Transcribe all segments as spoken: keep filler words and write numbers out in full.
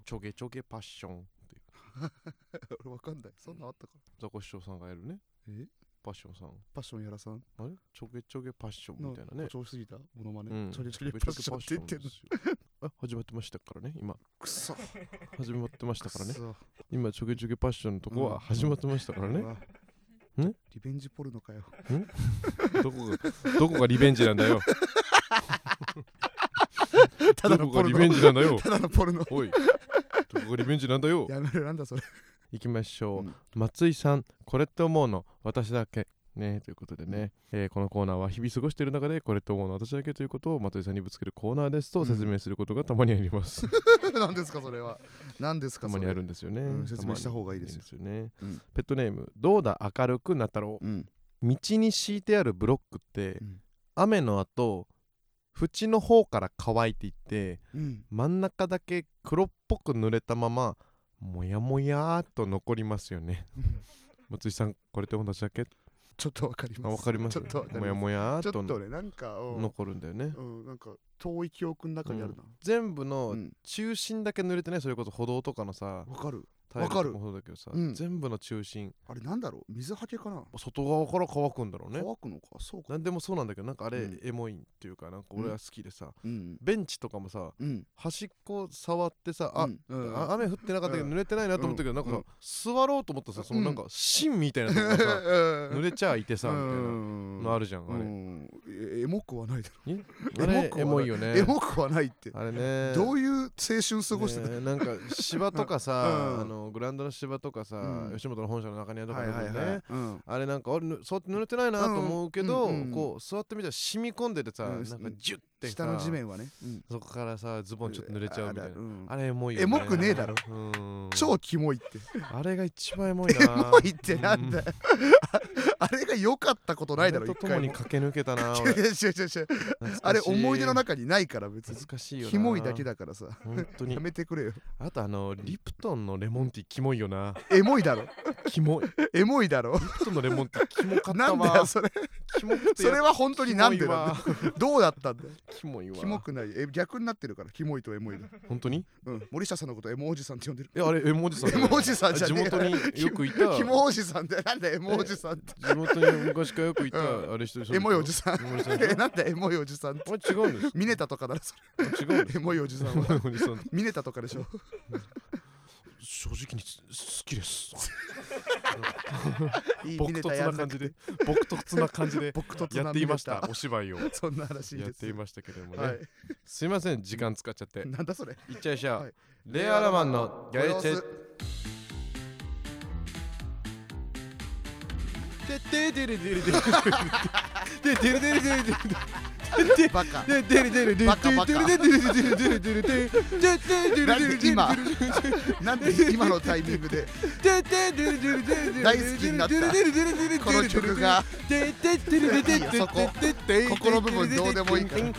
ちょげちょげパッションっていう俺わかんない。そんなあったか。 ザコシショウさんがやるね。 えパッションさん。 パッションやらさんあれちょげちょげパッションみたいなね。 調子すぎたものまね。 うん、 ちょげちょげパッションって言ってんの。 あ、始まってましたからね、今。 くそ。 始まってましたからね。 くそ今、ちょげちょげパッションのとこは始まってましたからね。 うわんリベンジポルノかよ。 どこが、どこがリベンジなんだよ。 ただのポルノ。 どこがリベンジなんだよ。 ただのポルノ。 おい、どこがリベンジなんだよ。 やめろ、なんだそれ。 行きましょう、 うん、 松井さん、これって思うの私だけね、ということでね、えー、このコーナーは日々過ごしている中でこれって思うの私だけということを松井さんにぶつけるコーナーですと説明することがたまにあります、 うん、何ですかそれは。何ですかそれ。 たまにあるんですよね、 うん、説明した方がいいですよ。 ですよね、 うん、 ペットネームどうだ明るくなったろう、うん、道に敷いてあるブロックって、うん、雨の後縁の方から乾いていって、うん、真ん中だけ黒っぽく濡れたままもやもやーっと残りますよね松井さん、これって私だけ？ ちょっとわかります。 あ、わかります。 ちょっとわかります。 もやもやーっとちょっとね、なんか、うん、 残るんだよね。 うん、なんか遠い記憶の中にあるな。 うん、全部の中心だけ濡れてね、それこそ歩道とかのさ、 わかる。 わかる。そうだけどさ、うん、全部の中心。 あれなんだろう、水はけかな。 外側から乾くんだろうね。 乾くのか、そうか。 なんでもそうなんだけど、なんかあれ、うん、エモいっていうか、なんか俺は好きでさ、うん、ベンチとかもさ、うん、端っこ触ってさ、あ、うん、あ雨降ってなかったけど濡れてないなと思ったけど、なんかさ、うん、座ろうと思ったらさ、そのなんか芯みたいなとこがさ、濡れちゃいてさ、みたいなのあるじゃん、あれ。 エモくはないだろ。 あれエモいよね。 エモくはないって。 あれね。 どういう青春過ごしてた？ なんか芝とかさ、あのグラウンドの芝とかさ、吉本の本社の中にあるとかね、あれなんか俺そう濡れてないなと思うけど、こう座ってみたら染み込んでてさ、なんかジュッて下の地面はね、 そこからさズボンちょっと濡れちゃうみたいな。あれエモいよね。エモくねえだろ。超キモいって。 あれが一番エモいな。 エモいってなんだよ。あれが良かったことないだろ。 とともに駆け抜けたな。 あれ思い出の中にないから別に。 難しいよな。 キモいだけだからさ。 本当に。 やめてくれよ。 あとあのリプトンのレモンティーキモいよな。 エモいだろ。 キモい。 エモいだろ。 リプトンのレモンティーキモかったわ。 なんだよそれ。キモくて。それは本当になんでなんだ。どうだったんだよ。 キモいわ。 キモくない。え逆になってるからキモいとエモいだ。 本当に？ うん。森下さんのことエモおじさんって呼んでる。 えあれエモおじさん。 エモおじさんじゃねえ。 地元によくいた。 キモおじさんってなんだエモおじさんって。 地元に昔からよくいたあれ人でしょ。 エモいおじさん。えなんだエモいおじさんって。 あれ違うんです。 ミネタとかだろそれ。違うんです。 エモいおじさんは。ミネタとかでしょ。 正直に好きです。僕とつな感じで、僕とつな感じでやっていましたお芝居を。 そんな話やっていましたけれどもね。すいません時間使っちゃって。 なんだそれ。 いっちゃいしゃ。レイアラマンのギャレチェ。でででででででででででででバカでででででバカバカなんで今なんで今のタイミングで大好きになったこの曲がそこここの部分どうでもいいから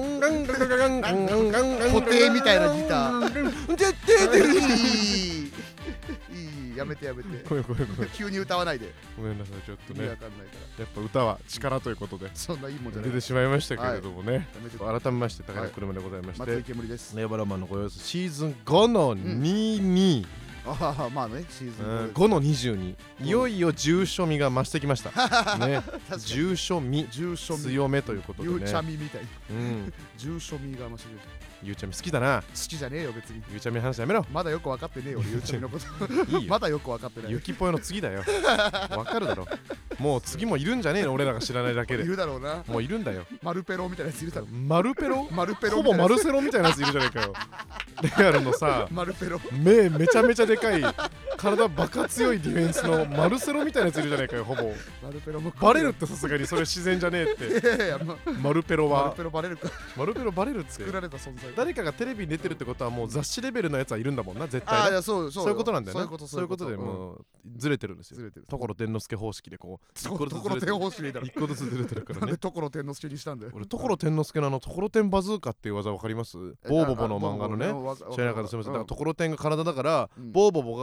固定みたいなギターやめてやめてごめんごめんごめん急に歌わないでごめんなさいちょっとねわかんないからやっぱ歌は力ということでそんないいもんじゃない出てしまいましたけれどもね改めまして高田車でございまして松井けむりですレイバラマンのご様子シーズンごのにじゅうにああまあねシーズンごのにじゅうにいよいよ重所味が増してきましたね重所味強めということでねゆうちゃみみたい重所味が増してきたゆうちゃみ好きだな。 好きじゃねえよ別に。 ゆうちゃみの話やめろ。 まだよく分かってねえよゆうちゃみのこといいよまだよく分かってない。 ゆきぽよの次だよ。分かるだろ。もう次もいるんじゃねえの俺らが知らないだけで。 いるだろうな。 もういるんだよ。 マルペロみたいなやついるだろ。 マルペロマルペロほぼマルセロみたいなやついるじゃねえかよ。レアルのさマルペロ目めちゃめちゃでかい体バカ強いディフェンスのマルセロみたいなやついるじゃねえかよほぼ。 マルペロもバレるってさすがにそれ自然じゃねえって。いやいや、ま、マルペロはマルペロバレるか。 マルペロバレるって作られた存在。 誰かがテレビに出てるってことはもう雑誌レベルのやつはいるんだもんな絶対。 あいやそうそうそういうことなんだよね。 そういうことでもうずれてるんですよ。 ずれてる。 所天之助方式でこう。 所天方式でいいだろ。 一個ずつずれてるからね。 所天之助にしたんだよ。 俺所天之助のあの所天バズーカっていう技わかります？ボーボボの漫画のね。知らなかったすみません。だから所天が体だからボーボボが後ろか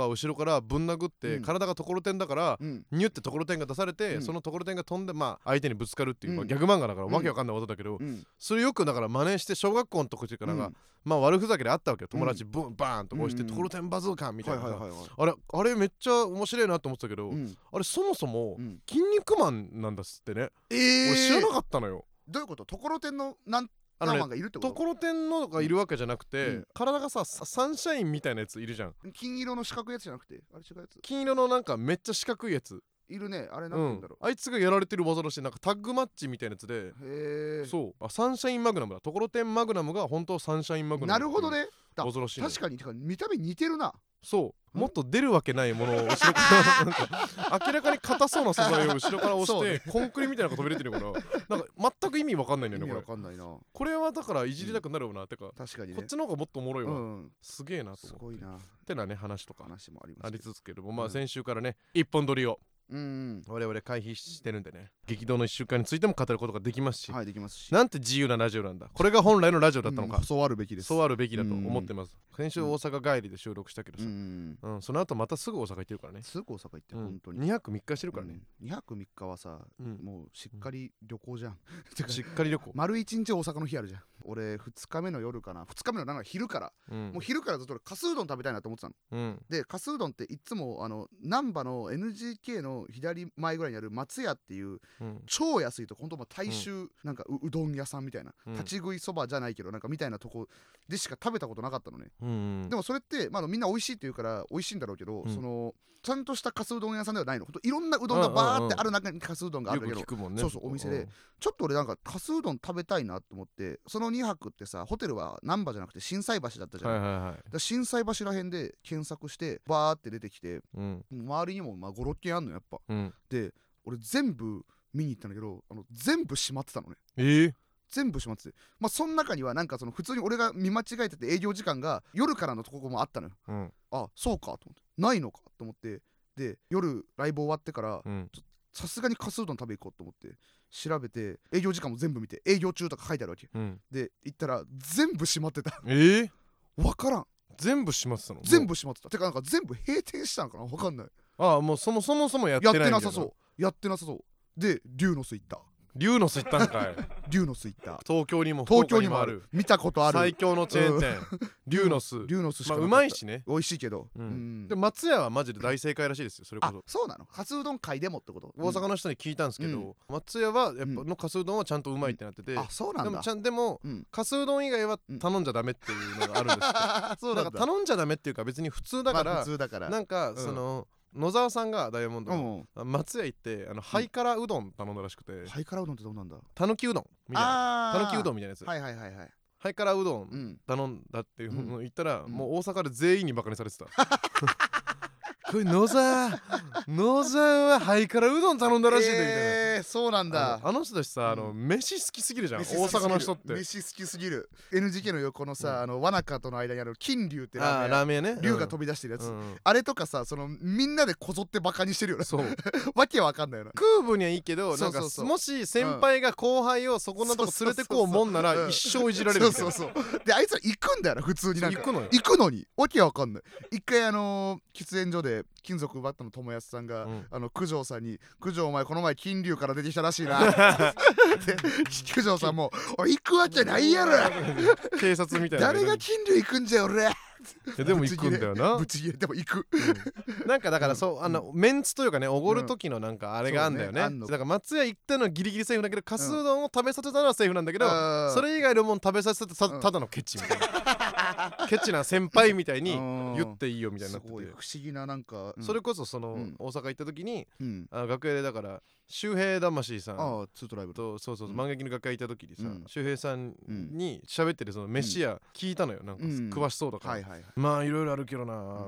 からぶん殴って、うん、体がところてんだから、うん、ニュってところてんが出されて、うん、そのところてんが飛んで、まあ、相手にぶつかるっていう、うんまあ、ギャグ漫画だからわけわかんない技だけど、うん、それよくだから真似して小学校の時からが、うん、まあ悪ふざけであったわけよ。友達ブンバーンと押して、うん、ところてんバズーカみたいな、はいはいはいはい、あれあれめっちゃ面白いなと思ってたけど、うん、あれそもそも筋肉マンなんだっつってね、えー、俺知らなかったのよ。 どういうこと？ところてんのなんあのね、ところてんのがいるわけじゃなくて、うん、体がさサンシャインみたいなやついるじゃん。 金色の四角いやつじゃなくて、あれ違うやつ。 金色のなんかめっちゃ四角いやついるね。あれなんて言うんだろう、 うん、あいつがやられてる技らしい。なんかタッグマッチみたいなやつで、へー、そうあサンシャインマグナムだ。ところてんマグナムが本当サンシャインマグナム。 なるほどね。 技らしいね。 確かにてか見た目似てるな。 そうもっと出るわけないものを後ろからなんか明らかに硬そうな素材を後ろから押して、ね、コンクリみたいなのが飛び出てるからなんか全く意味わかんないんだよね。これわかんないな。これはだからいじりたくなるよな、うん、てか確かに、ね、 こっちの方がもっとおもろいわ、うん、すげえなと思って。 すごいなってなね話とか話もありますありつつけども、まあ先週からね一本撮りをうん、 我々回避してるんでね、激動のいっしゅうかんについても語ることができますし、 はい、できますし、 なんて自由なラジオなんだ。これが本来のラジオだったのか、 うん、そうあるべきです。 そうあるべきだと思ってます。先週大阪帰りで収録したけどさ、うん、うん、その後またすぐ大阪行ってるからね。 すぐ大阪行って本当に、 うん、にはくみっかしてるからね、 うん、にはくみっかはさ、うん、もうしっかり旅行じゃん、 うん、しっかり旅行丸いちにち大阪の日あるじゃん。俺ふつかめの夜かな、ふつかめのなんか昼から、うん、もう昼からずっと俺かすうどん食べたいなと思ってたの、うん、でかすうどんっていつもあの難波の エヌジーケー の左前ぐらいにある松屋っていう、うん、超安いとほんと大衆、うん、なんか う, うどん屋さんみたいな、うん、立ち食いそばじゃないけどなんかみたいなとこでしか食べたことなかったのね、うんうん、でもそれって、まあ、みんな美味しいって言うから美味しいんだろうけど、うん、そのちゃんとしたかすうどん屋さんではないの。ほんといろんなうどんがバーってある中にかすうどんがあるんだけど、よく聞くもんね、そうそうお店で、うん、ちょっと俺なんかかすうどん食べたいなと思って、そのにはくってさホテルは難波じゃなくて心斎橋だったじゃん、はいはいはい、だ心斎橋らへんで検索してバーって出てきて、うん、周りにもまあごろっけんあんのやっぱ、うん、で俺全部見に行ったんだけど、あの全部閉まってたのね。 えー全部閉まってて、まあその中にはなんかその普通に俺が見間違えてて営業時間が夜からのとこもあったのよ、うん、あそうかと思ってないのかと思って、で夜ライブ終わってからさすがにかすうどん食べ行こうと思って調べて営業時間も全部見て営業中とか書いてあるわけ、うん、で行ったら全部閉まってた。 えー、 分からん。 全部閉まってたの？ 全部閉まってた。てかなんか全部閉店したのかな、分かんない。 ああもうそもそもそもやってないんだよな。 やってなさそうやってなさそうで龍の巣行った。 龍の巣行ったんかい。 龍の巣行った。 東京にも東京にもある。見たことある最強のチェーン店龍の巣。 龍の巣しかまあうまいしね、 美味しいけど、 うん、で松屋はマジで大正解らしいですよ。それこそ。 あそうなの。かすうどん界でもってこと？ 大阪の人に聞いたんですけど、うん、松屋はやっぱのかすうどんはちゃんとうまいってなってて、うん、 あそうなんだ。 でもちゃんでも、うん、かすうどん以外は頼んじゃダメっていうのがあるんですってそうなんだ。頼んじゃダメっていうか別に普通だから、まあ、普通だからなんかその、うん、野沢さんがダイヤモンドの、うん、松屋行ってあのハイカラうどん頼んだらしくて、 ハイカラうどんってどうなんだ。 たぬきうどんみたいな、たぬきうどんみたいなやつ、 はいはいはいはい、 ハイカラうどん頼んだっていうのを言ったら、うん、もう大阪で全員にバカにされてたこれ野沢野沢はハイカラうどん頼んだらしいでみたいな、 えー、そうなんだ。 あの、あの人たちさ、あの、うん、飯好きすぎるじゃん大阪の人って。 飯好きすぎる。 エヌジーケー の横のさ、うん、あのわなかとの間にある金龍ってラーメン屋ね、 龍が飛び出してるやつ、 うん、 あれとかさ、そのみんなでこぞってバカにしてるよね。そうわけわかんないよな。 空分にはいいけど、なんかもし先輩が後輩をそこんなとこ連れてこうもんなら一生いじられるみたいな。そうそうそうであいつら行くんだよな普通に。なんか行くのよ。行くのにわけわかんない。一回あのー、喫煙所で金属奪ったの友安さんが、うん、あの九条さんに「九条お前この前金龍から出てきたらしいな」で九条さんも「おい行くわけないやろ警察みたいな、 誰が金龍行くんじゃ俺」 でも行くんだよな。 ぶち切れでも行く、 うん、なんかだからそう、あのメンツというかね、おごる時のなんかあれがあんだよね、うん、だから松屋行ったのはギリギリセーフだけど、かすうどんを食べさせたのはセーフなんだけど、うん、それ以外のもん食べさせたただのケチみたいなケチな先輩みたいに言っていいよみたいになってて、すごい不思議ななんか、 うん、それこそその、うん、大阪行った時に、うん、あの楽屋でだから周平魂さんあツートライブとそうそうそう、うん、万劇の楽屋行った時にさ、うん、周平さんに喋ってるその飯屋聞いたのよ、なんか詳しそうだから、うんはいはいはい、まあいろいろあるけどな、うん、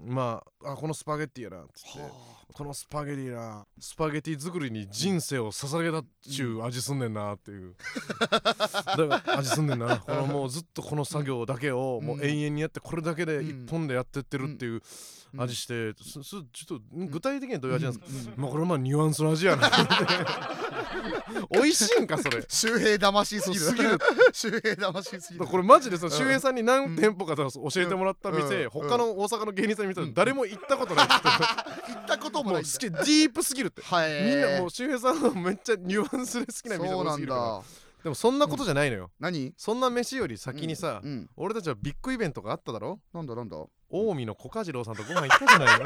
まああこのスパゲッティやなっつって、このスパゲティなスパゲティ作りに人生を捧げたっちゅう味すんねんなっていう、だから味すんねんなこのもうずっとこの作業だけをもう永遠にやってこれだけで一本でやってってるっていう味して、ちょっと具体的にはどういう味なんですか、まあこれまあニュアンスの味やな美味しいんかそれ。 周平魂すぎるすぎる周平魂すぎる。 これマジでその周平さんに何店舗か教えてもらった店、他の大阪の芸人さんに見たら誰も行ったことないって言って行ったこともないんだ。 もうディープすぎるって。みんなもう周平さんはめっちゃニュアンスで好きな店が多すぎるから。でもそんなことじゃないのよ。 何？ そんな飯より先にさ、俺たちはビッグイベントがあっただろ。 なんだなんだ。 近江の小梶郎さんとご飯行ったじゃないの。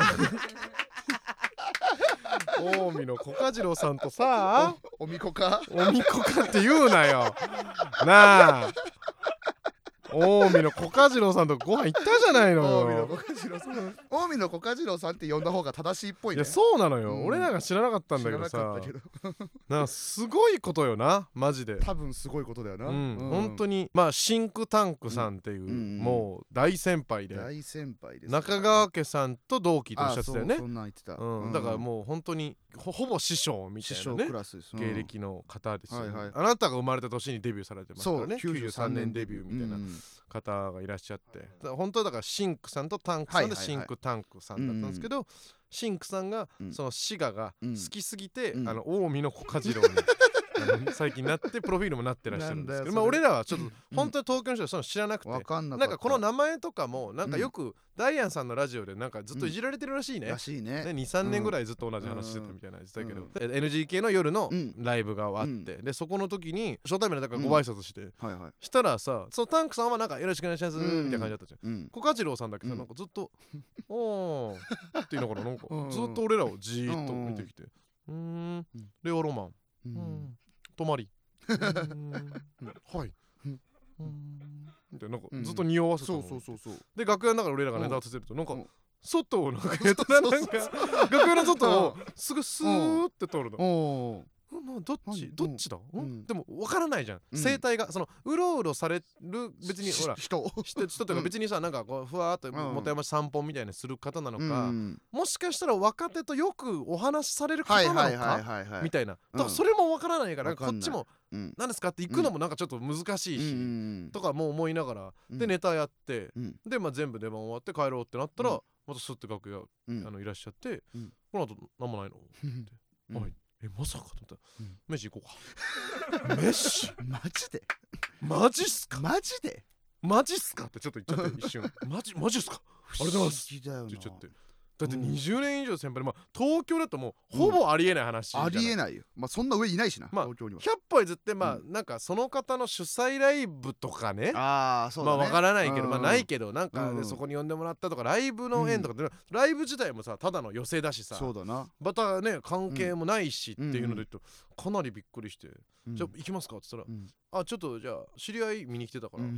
近江の小梶郎さんとさ、 おみこかおみこかって言うなよなあ。近江の小梶郎さんとご飯行ったじゃないの。 近江の小梶郎さん近江の小梶郎さんって呼んだ方が正しいっぽいね。 いやそうなのよ、うん、俺らが知らなかったんだけどさ。なすごいことよなマジで。 多分すごいことだよな、 うんうん、本当に。まあシンクタンクさんっていう、うん、もう大先輩で、 大先輩です、ね、 中川家さんと同期とおっしゃってたよね。 そんなん言ってた、 うん、だからもう本当に ほ, ほぼ師匠みたいなね芸歴の方ですよ、ね、はいはい、あなたが生まれた年にデビューされてますからね。きゅうじゅうさんねんデビューみたいな方がいらっしゃって、うん、本当はだからシンクさんとタンクさんでシンクタンクさんだったんですけど、はいはいはい、シンクさんがその滋賀が好きすぎて、うん、あの近江の小梶郎に最近なってプロフィールもなってらっしゃるんですけど、まあ俺らはちょっと本当に東京の人はその知らなくて、 分かんなかった。 なんかこの名前とかもなんかよくダイアンさんのラジオでなんかずっといじられてるらしいね。 らしいね。 にさんねんぐらいずっと同じ話してたみたいな言ってたけど、エヌジーケー の夜のライブがあって、でそこの時に初対面でだからご挨拶して、したらさ、そのタンクさんはなんかよろしくお願いしますみたいな感じだったじゃん。小梶郎さんだけさなんかずっとおーって言いながらなんかずっと俺らをじーっと見てきて、うーんレオロマン泊まりはいみたいな、なんかずっと匂わせてたの。そうそうそうそう。で楽屋の中で俺らがネタを立てるとなんか外をなんかやたらなんか楽屋の外をすぐスーって通るの。どっちどっちだ、でも分からないじゃん生態が。そのうろうろされる別にほら人人というか別にさなんかこうふわーっと元山散歩みたいにする方なのか、もしかしたら若手とよくお話しされる方なのかみたいな。だからそれも分からないからこっちも何ですかって行くのもなんかちょっと難しいしとかも思いながらでネタやってでまあ全部出番終わって帰ろうってなったらまたスッて楽屋あのいらっしゃってこの後何もないのってはいえまさかと思ったら、うん、飯行こうか飯マジでマジっすかマジでマジっすかってちょっと言っちゃって一瞬マジマジっすかありがとうございますって言っちゃって。だってにじゅうねん以上先輩で、まあ、東京だともうほぼありえない話じゃない、 うん、ありえないよ。まあそんな上いないしな、 まあ、 東京には。 ひゃっぽ譲ってまあ、うん、なんかその方の主催ライブとかね、 ああそうだね、 まあわからないけど、まあないけどなんか、ね、そこに呼んでもらったとかライブの縁とかって、うん、ライブ自体もさただの寄せだしさ、 そうだな、 またね関係もないしっていうので言うと、うん、かなりびっくりして、うん、じゃあ行きますかって言ったら、うん、あちょっとじゃあ知り合い見に来てたから、うん、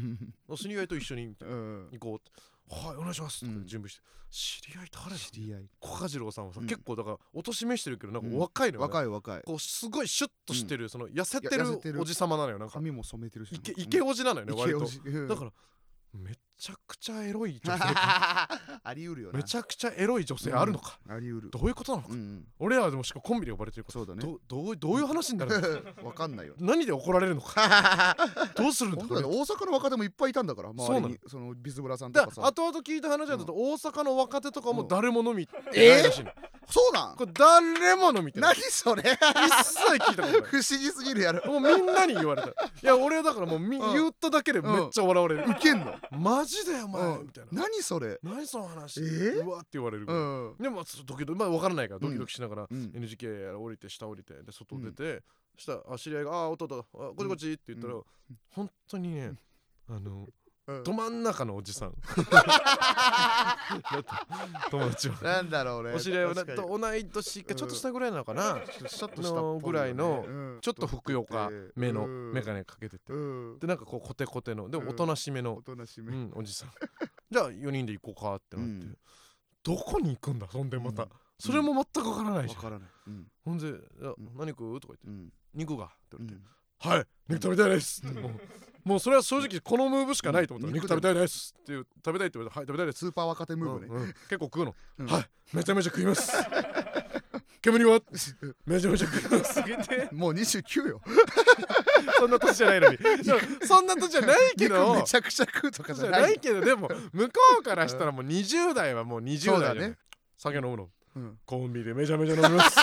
知り合いと一緒にみたいな、うん、行こうってはいお願いしますって準備して、知り合い誰だ知り合い小梶郎さんはさ、結構だからお年めしてるけどなんか若いのよ、 若い若い、 こうすごいシュッとしてる、その痩せてるおじさまなのよ。なんか髪も染めてるしイケおじなのよね割と。だからめちゃくちゃエロい女性ありうるよな。 めちゃくちゃエロい女性あるのか、 ありうる。 どういうことなのか、俺らはでもしかもコンビで呼ばれてるから、 そうだね、 どうどういう話になるのわかんないよ。 何で怒られるのかどうするんだ。 大阪の若手もいっぱいいたんだから、周りにそのビズブラさんとかさ。 後々聞いた話だと大阪の若手とかも誰も飲みええそうなん。 これ誰も飲みて何それ一切聞いたことない。 不思議すぎるやろ。 もうみんなに言われた。いや俺はだからもう言っただけでめっちゃ笑われる。 ウケんのマジだよお前みたいな。 何それ何その話うわって言われる。でもドキドキまあ分からないからドキドキしながら エヌジーケー 降りて下降りてで外出てしたあ知り合いがあ弟こっちこっちって言ったら本当にねあのど真ん中のおじさん友達はなんだろうね、 お知り合いは同い年かちょっとしたぐらいなのかなのぐらいのちょっとふくよか目の眼鏡かけててでなんかこうコテコテのでもおとなしめのおじさんじゃあよにんで行こうかってなってどこに行くんだそんでまたそれも全くわからないじゃん。ほんで何食うとか言って肉がって言われてはい肉食べたいですもうそれは正直このムーブしかないと思ったら肉食べたいですっていう食べたいって言われてはい食べたいですスーパー若手ムーブね結構食うのはいめちゃめちゃ食います煙はめちゃめちゃ食いますもうにじゅうきゅうよそんな年じゃないのにそんな年じゃないけどめちゃくちゃ食うとかじゃないけどでも向こうからしたらもうにじゅう代はもうにじゅう代だね酒飲むのうん、コンビでめちゃめちゃ飲みます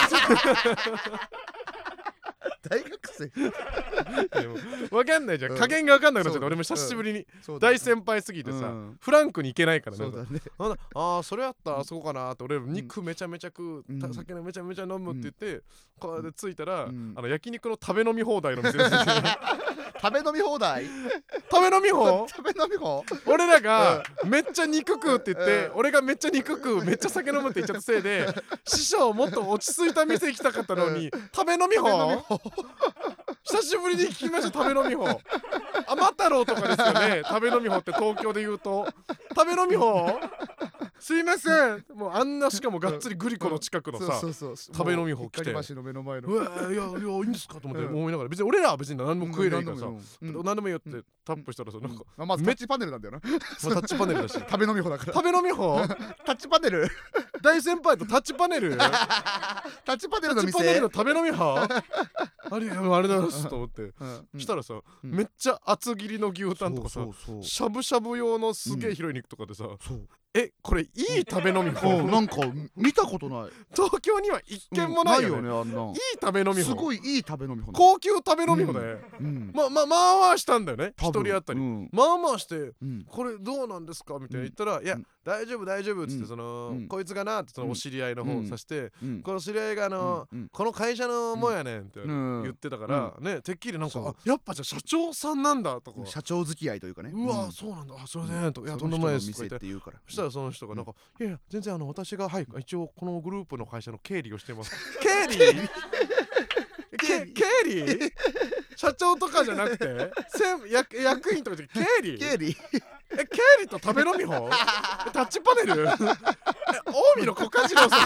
大学生でも分かんないじゃん、うん、加減が分かんなくなっちゃって、俺も久しぶりに大先輩すぎてさ、うん、フランクに行けないからね。 そうだね。 ああそれやったらあそこかなって、俺肉めちゃめちゃ食う、うん、酒めちゃめちゃ飲むって言って、うん、こうやって着いたら、うん、あの焼肉の食べ飲み放題の店です食べ飲み放題食べ飲み放食べ飲み放俺らがめっちゃ肉食うって言って、うん、俺がめっちゃ肉食うめっちゃ酒飲むって言っちゃったせいで師匠もっと落ち着いた店行きたかったのに、うん、食べ飲み放久しぶりに聞きました。食べ飲み放甘太郎とかですよね。食べ飲み放って東京で言うと食べ飲み放すいません、もうあんなしかもがっつりグリコの近くのさ食べ飲み放来て、うわいやいやいいんですかと思って思いながら、別に俺らは別に何も食えないからさ、何でもいいよってタップしたらさ、なんかまずタッチパネルなんだよな。 タッチパネルだし食べ飲み放だから。 食べ飲み放タッチパネル大先輩とタッチパネルタッチパネルの店、 タッチパネルの食べ飲み放あれあれだなと思ってしたらさ、めっちゃ厚切りの牛タンとかさ、しゃぶしゃぶ用のすげえ広い肉とかでさ、えこれいい食べ飲み放なんか見たことない。 東京には一軒もないよね。いい食べ飲み放、 すごいいい食べ飲み放、 高級食べ飲み放でまあまあまあまあしたんだよね、一人当たり。まあまあしてこれどうなんですかみたいな言ったら、いや大丈夫大丈夫っつって、そのこいつがなってそのお知り合いの方さして、この知り合いがあのこの会社のもんやねんって言ってたからね、てっきりなんかやっぱじゃあ社長さんなんだとか、 社長付き合いというかね、 うわそうなんだ、すいませんと、いやとんでもないですって言って、そしたらその人がなんか、いやいや全然あの私がはい一応このグループの会社の経理をしてます。経理経理社長とかじゃなくて役役員とかじゃ経理経理え経理と食べ飲み放タッチパネルえ近江の小梶郎さん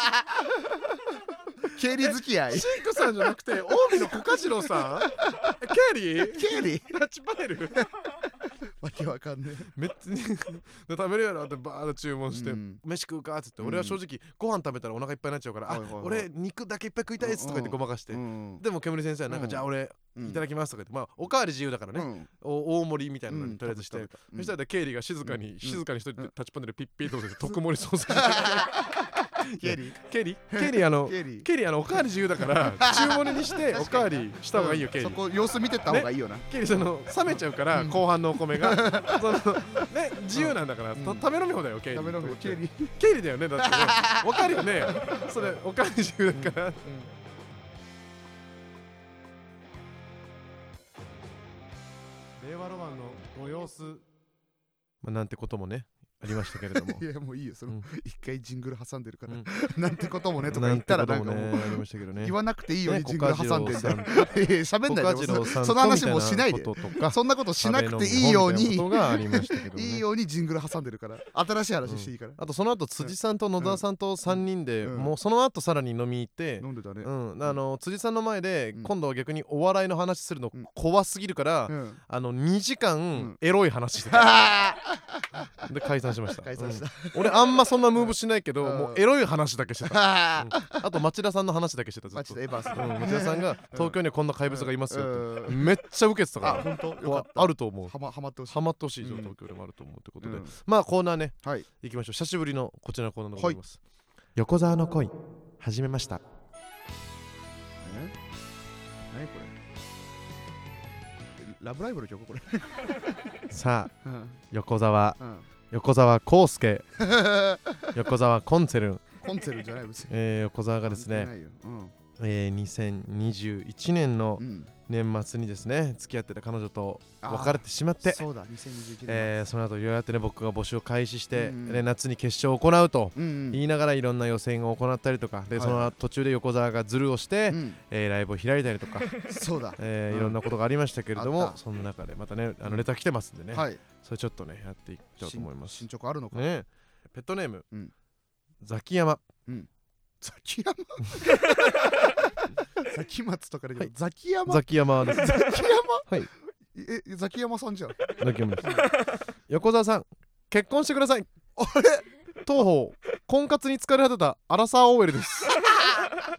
経理付き合い、 シンクさんじゃなくて近江の小梶郎さん経理経理タッチパネルわけわかんねえ。 めっちゃ食べるやろってバーッと注文して、うん、飯食うかっつって、うん、俺は正直ご飯食べたらお腹いっぱいになっちゃうから、うん、あ、俺肉だけいっぱい食いたいっすとか言ってごまかして、うん、でも煙先生はなんか、うん、じゃあ俺いただきますとか言って、まあおかわり自由だからね、うん、大盛りみたいなのにとりあえずして、うん、そしたら経理が静かに、うん、静かに一人でタッチパネルピッピーとして特盛りソースケリーケリーケリーあのケリーあのおかわり自由だから注文にしておかわりした方がいいよ。ケリーそこ様子見てった方がいいよな。 ケリーその冷めちゃうから後半のお米がそのね自由なんだから食べ飲み放題よ。ケリー食べ飲みケリーケリーだよね。だってねわかるよねそれおかわり自由だから令和ロマンのご様子、まあ、なんてこともねありましたけれどもいやもういいよ、その一回ジングル挟んでるからなんてこともねとか言ったらなんかもう言わなくていいようにジングル挟んでんじゃん。喋んないでその話もしないで、そんなことしなくていいようにいいようにジングル挟んでるから、新しい話していいから。 あとその後辻さんと野田さんとさんにんでもうその後さらに飲み行って飲んでたね。 あの辻さんの前で今度は逆にお笑いの話するの怖すぎるからあのにじかんエロい話してたで解散しました。うん、俺あんまそんなムーブしないけど、もうエロい話だけしてた、うん、あと町田さんの話だけしてたずっと。町田さんが東京にはこんな怪物がいますよってめっちゃウケてたから、 本当あると思う。 はまってほしい、 はまってほしいぞ、東京でもあると思うってことで、まあコーナーね行きましょう。久しぶりのこちらのコーナーでございます。横澤の恋始めました。 え何これ、ラブライブの曲これさあ、うん、横澤、うん、横澤康介横澤コンツェルンコンツェルンじゃないですよ、 えー、横澤がですね、うんえー、にせんにじゅういちねんの年末にですね付き合ってた彼女と別れてしまって、 そうだにせんにじゅういちねん、 えー、その後いろいろやってね僕が募集を開始して、うんうん、夏に決勝を行うと言いながらいろんな予選を行ったりとかで、その途中で横澤がズルをして、うんえー、ライブを開いたりとかそうだ、 えー、いろんなことがありましたけれども、その中でまたねあのレター来てますんでね、はい、それちょっとねやっていきたいと思います。 進捗あるのか、 ね、ペットネーム、うん、ザキヤマ、 うん、ザキヤマザキマツとかで、はい、ザキヤマザキヤマです。 ザキヤマはいえザキヤマさんじゃん。 ザキヤマです横澤さん結婚してください。 あれ当方婚活に疲れ果てたアラサー オーエル です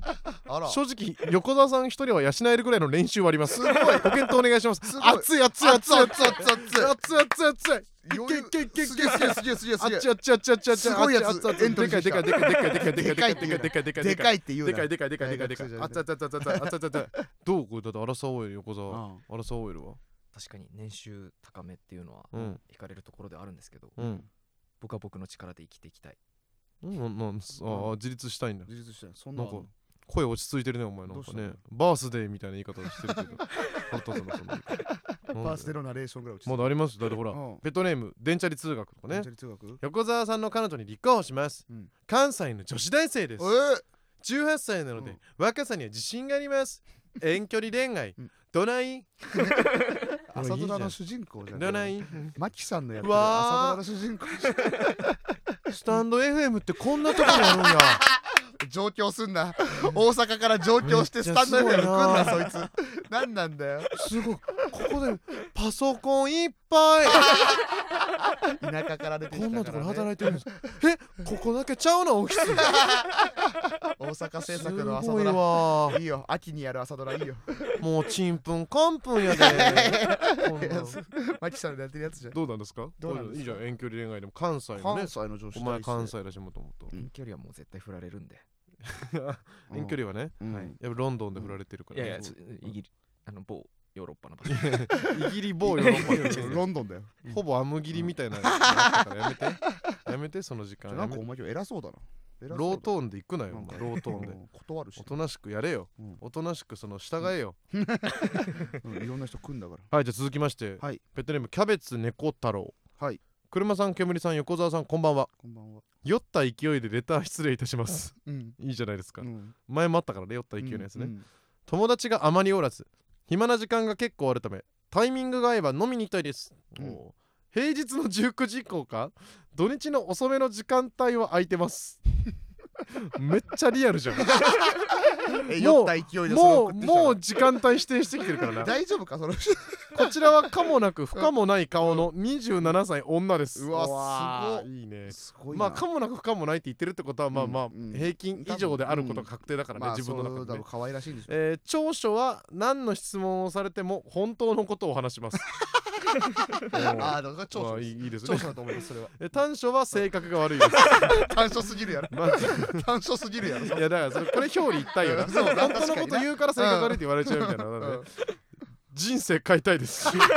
あら正直横澤さん一人は養えるぐらいの練習はあります。 すごいご検討お願いします。 すごい熱い熱い熱い熱い熱い熱い熱い熱い熱い熱い余裕けけけけすげえすげえすげえすげえすげえあっちあっちあっちあっちあっちすごいやつあっちあっちエントリーでかいでかいでかいでかいでかいでかいでかいでかいでかいでかいって言うなでかいでかいでかいでかいでかいあっちあっちあっちあっちあっちあっちあっちどうこれだってアラサー オーエル 横澤アラサー オーエル は確かに年収高めっていうのはうん惹かれるところではあるんですけど、 うん僕は僕の力で生きていきたい。 うんなんあ自立したいんだ。 自立したいそんななんか声落ち着いてるねお前なんかねバースデーみたいな言い方してるけど腹立つなその言い方バースデーのナレーションぐらい落ち着いてまだありますだってほらうんペットネーム電チャリ通学とかねチャリ通学横澤さんの彼女に立候補しますうん関西の女子大生ですえーじゅうはっさいなので、 うん若さには自信があります遠距離恋愛、 うんどない朝ドラの主人公じゃんどないマキさんのやってるうわー朝ドラの主人公スタンド エフエム ってこんなとこにあるんや上京すんな大阪から上京してスタンド エフエム 来んなそいつ何なんだよすごいここでパソコンいっぱい田舎から出てきこんなところたからね働いてるんですえここだけちゃうなオフィス大阪制作の朝すごいドラわいいよ秋にやる朝ドラいいよもうちんぷんかんぷんやでこんなんマキさんのやってるやつじゃんどうなんですかどうなんですかいいじゃん遠距離恋愛でも関西のね関西の女子大生お前関西だしもともとうん遠距離はもう絶対振られるんで。 遠距離はねうんはいやっぱロンドンで振られてるからねいやいや、ちイギリあの某ヨーロッパの場所。 イギリボーヨーロッパの地図ロンドンだよほぼアムギリみたいなやつがあったからやめてやめてその時間なんかやめてお前今日偉そうだな偉そうだロートーンで行くなよなんかお前ロートーンでうん断るしおとなしくやれようんおとなしくその従えようんいろんな人来んだからはいじゃあ続きましてはいペットネームキャベツ猫太郎はい車さん煙さん横澤さんこんばんはこんばんは酔った勢いでレター失礼いたしますうんいいじゃないですかうん前もあったからね酔った勢いのやつねうん友達があまりおらず暇な時間が結構あるためタイミングが合えば飲みに行きたいです、 うんおう平日のじゅうくじ以降か土日の遅めの時間帯は空いてますめっちゃリアルじゃんえもう酔った勢いでそれもう送ってきたのもう時間帯指定してきてるからな大丈夫かそのこちらは可もなく不可もない顔のにじゅうななさい女ですうわすごいいねすごいなまあ可もなく不可もないって言ってるってことはまあまあうんうん平均以上であることが確定だからねまあ自分の中でねそうだろう可愛らしいんでしょえー長所は何の質問をされても本当のことを話しますああだから長まあ所ですいいいいですね長所だと思いますそれはえ短所は性格が悪いです短所すぎるやろマジ短所すぎるやろいやだからそれこれ表裏一体よなそう本当のこと言うから性格悪いって言われちゃうみたいななんでうん人生変えたいですし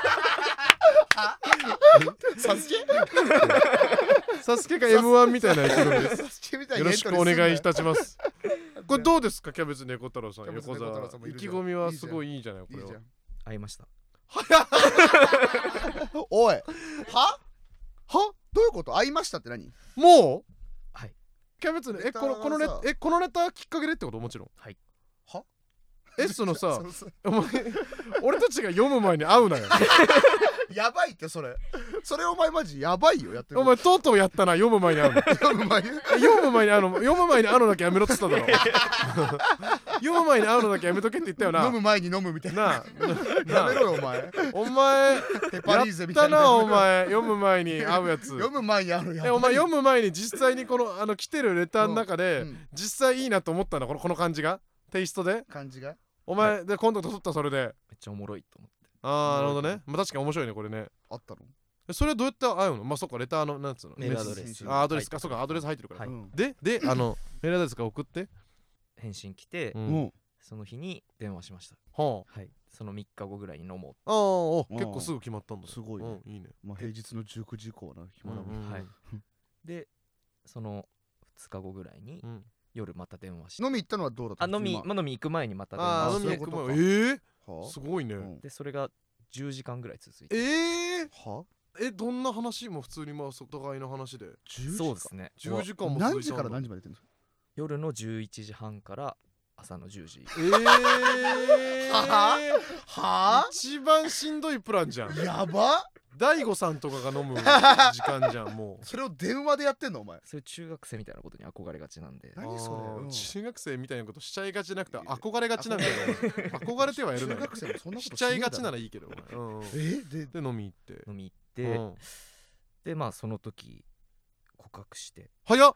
サスケサスケが エムワン みたいな意気込みですサスケみたいよろしくお願いいたしますこれどうですかキャベツ猫太郎さんキャベツ横猫太郎澤さんもいるじゃん意気込みはすごいいいじゃないこれはいいじゃん会いました。 おいははどういうこと会いましたって何もうはい。 キャベツねえネタこのこのネはさえこのネタきっかけでってこともちろんはい。 はえそのさそのさお前俺たちが読む前に会うなよやばいってそれそれお前マジやばいよやってるお前とうとうやったな読む前に会うの読む前に読む前に会うの読む前に会うのだけやめろって言っただろ読む前に会うのだけやめとけって言ったよな飲む前に飲むみたいななあやなめろよお前あお前ペパリーゼみたいなやったなお前読む前に会うやつ読む前にあるやえお前読む前に実際にこのあの来てるレターの中で、 うんうん実際いいなと思ったのこのこの感じがテイストで感じがお前、でコンタクト取ったそれでめっちゃおもろいと思って。 ああなるほどね、まあ、確かに面白いねこれねあったのえそれはどうやって会うのまあそっかレターのなんつうのメールアドレス。 あーアドレスか、 はいそうかアドレス入ってるから、 はいうんでであのメールアドレスから送って返信来て、 うんうんその日に電話しました。 ははい。そのみっかごぐらいに飲もう。 ああーおうん結構すぐ決まったんだすごいねうんいいねまあ平日のじゅうくじ以降はな暇だもんうんはい。で、そのふつかごぐらいにうん夜また電話して。 飲み行ったのはどうだったあ、飲み、 今まあ、飲み行く前にまた電ああ話して飲み行く前そういうことかえはー、すごいね、 うんで、それがじゅうじかんぐらい続いて。 えー、 はえどんな話も普通にまあお互いの話でじゅうじそうですね。 じゅうじかんも何時から続いたんだ何時までやってんの夜のじゅういちじはんから朝のじゅうじ。 えー、 はは一番しんどいプランじゃんやば大悟さんとかが飲む時間じゃんもうそれを電話でやってんのお前そういう中学生みたいなことに憧れがちなんで。 何それあーうん中学生みたいなことしちゃいがちじゃなくて憧れがちなんだよ憧れてはいるのよ中学生もそんなことしちゃいがちねえだろならいいけど、うんうん、 えでで飲み行って飲み行って、 うんでまあその時告白して。 早っ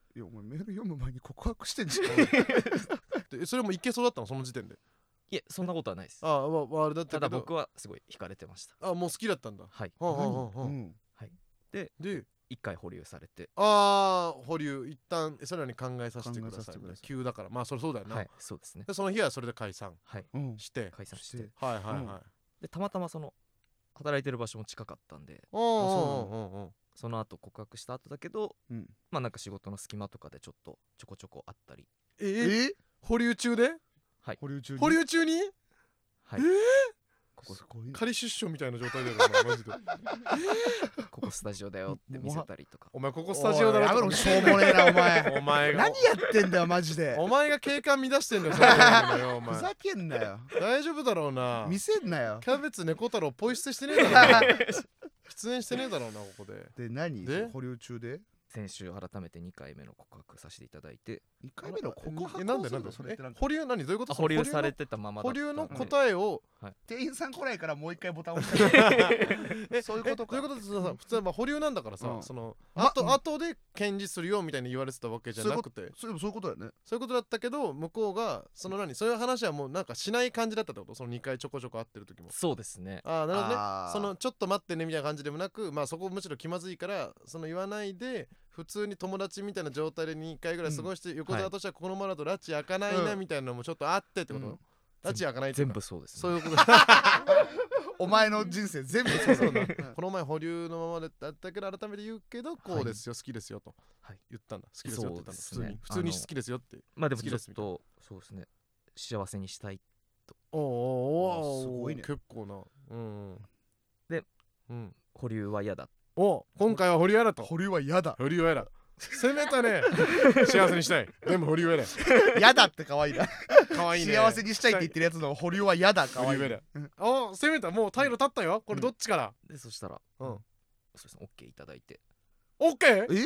いやお前メール読む前に告白してんじゃんでそれもいけそうだったのその時点で。 いえそんなことはないです。 ああ、まあ、あれだったけどただ僕はすごい惹かれてました。 あもう好きだったんだ。 はい。 はあはあはあ、うん、 はいでで一回保留されて、 ああ保留一旦それらに考えさせてください。急だからまあそれそうだよな。 はいそうですね。 でその日はそれで解散はいして解散してはいはいはい、うん、 でたまたまその働いてる場所も近かったんで、 その後告白した後だけど、うん、まあなんか仕事の隙間とかでちょっとちょこちょこあったり。 えー、え保留中で？ はい保留中に保留中にはい、 えー、 ここすごい、ね、 仮出所みたいな状態だよマジでここスタジオだよって見せたりとか。 お前ここスタジオだろやめろしょうもねえなお前お前何やってんだよマジでお前が景観乱してんだよそれよお前ふざけんなよ大丈夫だろうな見せんなよキャベツ猫太郎ポイ捨てしてねえだろ出演してねえだろうなここでで何で保留中で先週改めてにかいめの告白させていただいて。 にかいめの告白えなんでなんでそれ保留何どういうこと？ 保留されてたままだった。 保留の答えを、 はい、店員さん来ないからもう一回ボタン押してえそういうことか。 どういうことですか？普通はまあ保留なんだからさ、うん、そのあと、ま、後で検事するよみたいに言われてたわけじゃなくて、 そういうことだよね。 そういうことだったけど向こうがその何そういう話はもうなんかしない感じだったってこと？そのにかいちょこちょこ会ってる時も。 そうですね。 ああなるほどね。そのちょっと待ってねみたいな感じでもなく、まあそこむしろ気まずいからその言わないで普通に友達みたいな状態でにかいぐらい過ごして、うん、横澤としてはこのままだとラチ開かないなみたいなのもちょっとあってってこと、うん、ラチ開かないって全部そうです、ね、 そういうことお前の人生全部そうそうだこの前保留のままだったけど改めて言うけどこうですよ、はい、好きですよと言ったんだ。好きですよって言ったんだ、ね、普通に普通に好きですよって。 まあでもちょっとそうですね幸せにしたいと。 おーおーすごいね結構な、うん、 で、うん、保留は嫌だ。 お今回は保留嫌だと。 保留は嫌だ保留は嫌だ攻めたね幸せにしたいでも保留は嫌だ嫌だって可愛いな可愛いね。 幸せにしたいって言ってるやつの保留は嫌だ可愛い。 お攻めたもう退路立ったよこれどっちから、 うん、でそしたらうんそうですね OK いただいて。 OK？ え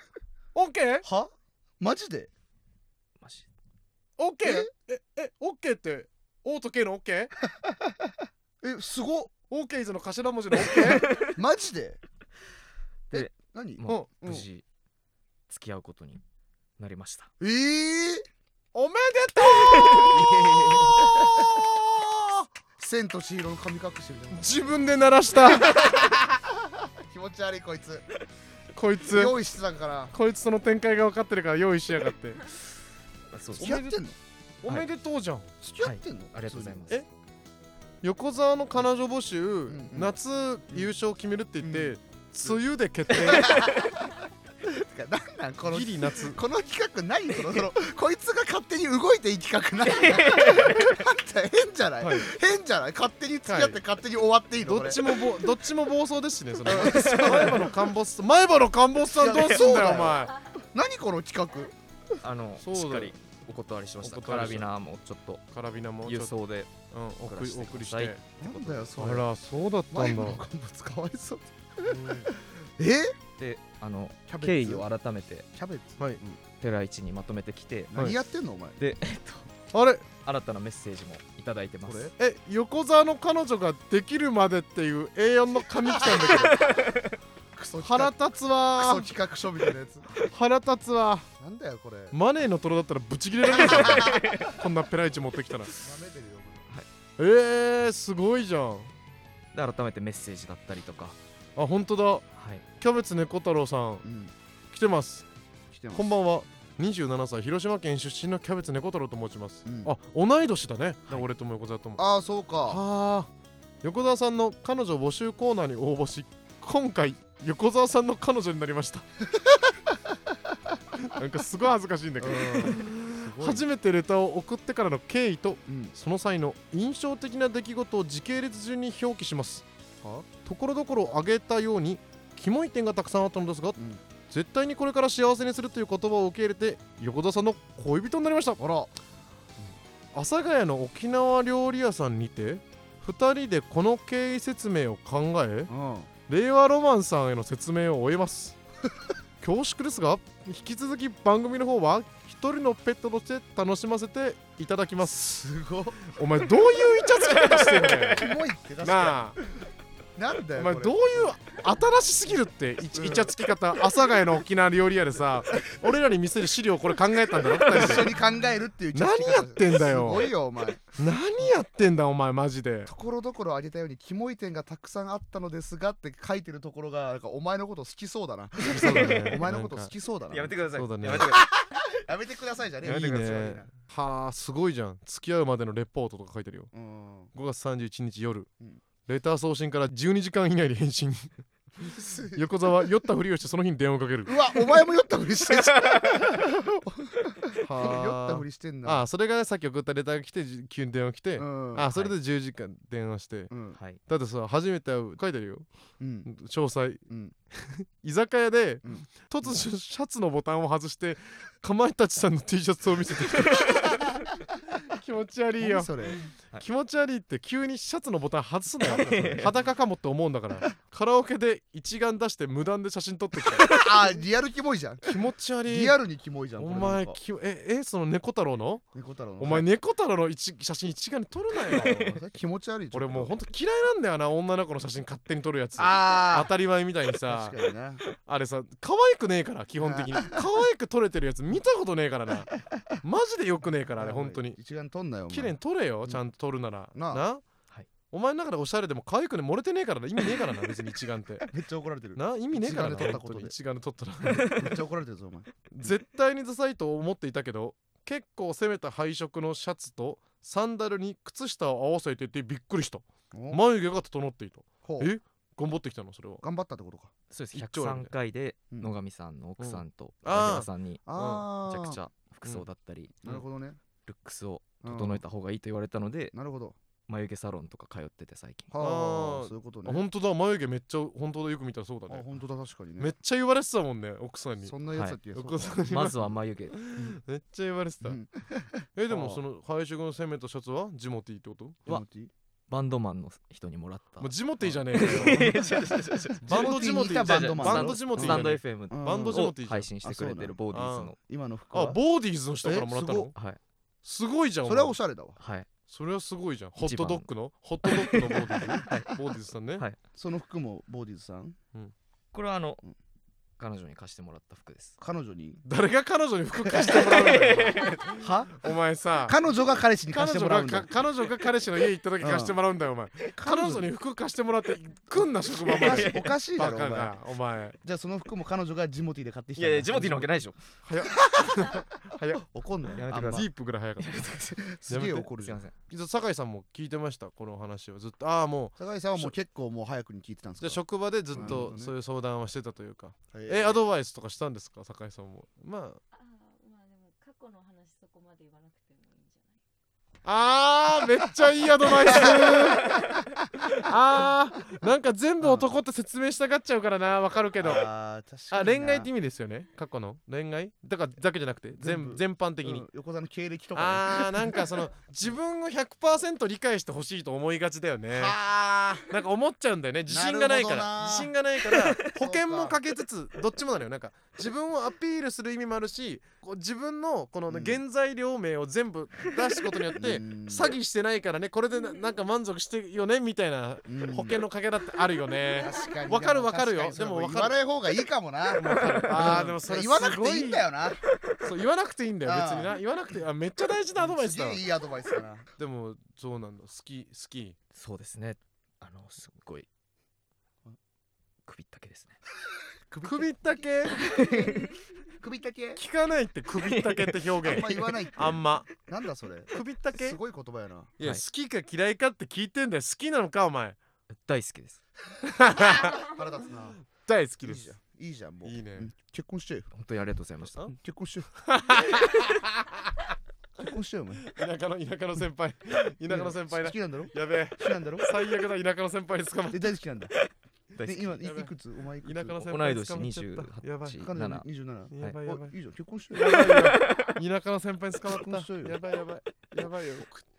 OK？ はマジでマジ OK？ ええ OK ってO と K の OK？ えすごっ OK ズの頭文字の OK？ マジでで何もう無事付き合うことになりました。 えー、 おめでとう千と千尋の神隠しみたいな自分で鳴らした気持ち悪いこいつこいつ用意してたんかな。 こいつその展開が分かってるから用意しやがって付き合ってんの？ おめでとうじゃん。 付き合ってんの？ ありがとうございます。 え横澤の彼女募集夏優勝決めるって言って梅雨で決定なんなんこのギリ夏この企画何そのそのこいつが勝手に動いていい企画何あんた変じゃない、はい、変じゃない勝手に付き合って勝手に終わっていいの、 どっちもぼどっちも暴走ですしねそれ前歯の陥没さん前歯の陥没さんどうすんだよお前何この企画あのしっかりお断りしました。カラビナもちょっとカラビナも郵送でお送りしてなんだよそれ。 あらそうだったんだ。 前歯の陥没かわいそうえであの経緯を改めてキャベツはいペライチにまとめてきて何やってんのお前でえっとあれ新たなメッセージもいただいてます。 え横澤の彼女ができるまでっていう エーよん の紙来たんだけど腹立つわクソ企画書みたいなやつ腹立つわ。 なんだよこれマネーのトロだったらブチ切れられるじゃんこんなペライチ持ってきたら。 舐めてるよこれ、はい、えーすごいじゃん。 で改めてメッセージだったりとか。 あ本当だ、はい、キャベツ猫太郎さん、うん、来てます。 来てます。 こんばんは。にじゅうななさい広島県出身のキャベツ猫太郎と申します、うん、あ同い年だね、はい、俺とも横澤とも。 ああそうか。 はあ横澤さんの彼女募集コーナーに応募し今回横澤さんの彼女になりましたなんかすごい恥ずかしいんだけど初めてレターを送ってからの経緯と、うん、その際の印象的な出来事を時系列順に表記します。ところどころ挙げたようにキモい点がたくさんあったのですが、うん、絶対にこれから幸せにするという言葉を受け入れて横澤さんの恋人になりました。あら、うん、阿佐ヶ谷の沖縄料理屋さんにてふたりでこの経緯説明を考え、うん令和ロマンさんへの説明を終えます恐縮ですが引き続き番組の方は一人のペットとして楽しませていただきます。 すごいお前どういうイチャつき方してんのよキモいって確かになあなんだよお前どういう新しすぎるってイチャつき方、阿佐ヶ谷の沖縄料理屋でさ俺らに見せる資料これ考えたんだろ一緒に考えるっていう。 何やってんだよ。 すごいよお前。 何やってんだお前マジで。 ところどころ挙げたようにキモい点がたくさんあったのですがって書いてるところがなんかお前のこと好きそうだな。 そうだねお前のこと好きそうだな。 やめてください。 そうだねやめてください。 やめてくださいじゃねえ。 いいね。はあすごいじゃん。付き合うまでのレポートとか書いてるよ。ごがつさんじゅういちにち夜、レター送信からじゅうにじかん以内に返信。横澤酔ったふりをしてその日に電話をかける。 うわお前も酔ったふりしてんじゃん。酔ったふりしてんな。 ああそれがさっき送ったレターが来て急に電話来て、ああそれでじゅうじかん電話して、だってさ初めて会う書いてるよ、詳細。居酒屋で突如シャツのボタンを外してかまいたちさんの T シャツを見せてきた。気持ち悪いよ。気持ち悪いって急にシャツのボタン外すんだよ。裸かもって思うんだから。カラオケで一眼出して無断で写真撮ってきた。 あーリアルキモいじゃん。 気持ち悪い。 リアルにキモいじゃん。 お前きええその猫太郎の猫太郎のお前猫太郎の一写真一眼で撮るなよ。 気持ち悪い。 俺もうほんと嫌いなんだよな女の子の写真勝手に撮るやつ。 あ当たり前みたいにさ。 確かにな。 あれさ可愛くねえから基本的に。可愛く撮れてるやつ見たことねえからな。マジでよくねえからあれ本当に。 一眼撮んなよ。 綺麗に撮れよちゃんと撮るなら。 なな。お前の中でおしゃれでも可愛くね漏れてねえからな。意味ねえからな別に一眼ってめっちゃ怒られてるな。意味ねえからな。 一眼で撮ったことで一眼で撮ったらめっちゃ怒られてるぞお前。 絶対にダサいと思っていたけど結構攻めた配色のシャツとサンダルに靴下を合わせていてびっくりした。眉毛が整っていた。え頑張ってきたのそれは。 頑張ったってことか。 そうですひゃくさんかいで野上さんの奥さんとうん相原さんにめちあゃくちゃ服装だったりなるほどね。 ルックスを整えた方がいいと言われたのでなるほど。 眉毛サロンとか通ってて最近。 はあそういうことね。 本当だ眉毛めっちゃ本当だよく見たらそうだね。 本当だ確かにね。 めっちゃ言われてたもんね奥さんに。 そんなやつだっけ。 まずは眉毛。 めっちゃ言われてた。えでもその配色の攻めたシャツはジモティってことはバンドマンの人にもらった。 もうジモティじゃねえかよ。バンドジモティバンドマンバンドジモティスタンド エフエムバンドジモティ配信してくれてるボーディーズの今の服。 あボーディーズの人からもらったの。 はいすごいじゃん。 それはおしゃれだわ。 はいそれはすごいじゃん。ホットドッグのホットドッグのボーディーズ。はいボーディーズさんね。 その服もボーディーズさん。 これはあの彼女に貸してもらった服です。 彼女に誰が彼女に服貸してもらうんだよ。 はお前さ彼女が彼氏に貸してもらうんだ。 彼女が彼氏の家行った時貸してもらうんだよお前。彼女に服貸してもらって来んな職場まで。 おかしいだろお前。 じゃあその服も彼女がジモティで買ってきた。 いやいやジモティのわけないでしょ。 早っ早っ怒んなよ。 やめてください。 ディープぐらい早かった。 すげえ怒るじゃん。 酒井さんも聞いてましたこの話をずっと。ああもう酒井さんはもう結構もう早くに聞いてたんですか。 じゃあ職場でずっとそういう相談はしてたというか。えアドバイスとかしたんですか酒井さんも。まああまあでも過去の話そこまで言わなくてもいいんじゃない。 あーめっちゃいいアドバイス。あーなんか全部男って説明したがっちゃうからなわかるけど。あ恋愛って意味ですよね過去の恋愛だからだけじゃなくて全全般的に、うん、 横澤の経歴とか、 ね、あーなんかその自分を ひゃくパーセント 理解してほしいと思いがちだよね。なんか思っちゃうんだよね自信がないから自信がないから保険もかけつつどっちもなのよ。なんか自分をアピールする意味もあるしこう自分のこの原材料名を全部出すことによって詐欺してないからねこれで な, なんか満足してるよねみたいな保険のかけだってあるよね。わかるわかるよ。でも言わない方がいいかもな。 あーでもそれ言わなくていいんだよな。 そう言わなくていいんだよ別にな。言わなくてあめっちゃ大事なアドバイスだわ。 いいアドバイスだな。 でもそうなんだ好き好き。 そうですねあのすっごい首ったけですね。 首ったけ首ったけ聞かないって首ったけって表現あんま言わないってあんまなんだそれ首ったけすごい言葉やな。 いや、はい、好きか嫌いかって聞いてんだよ。好きなのかお前。 大好きです。 腹立つな。 大好きです。 いいじゃんもういいね、 うん、結婚しちゃうよ。 本当にありがとうございました。 結婚しちゃう結婚しちゃうよお前。田舎の田舎の先輩田舎の先輩だ。 好きなんだろ。 やべえ好きなんだろ。 最悪だ田舎の先輩に捕まって。 大好きなんだ。 大好き。 今いくつお前いくつ。 田舎の先輩に捕まっちゃった。同い年にじゅうはち、 やばい。 にじゅうなな。 やばいやばい。 いいじゃん結婚しちゃうよ。田舎の先輩に捕まった。やばいやばいやばいよ。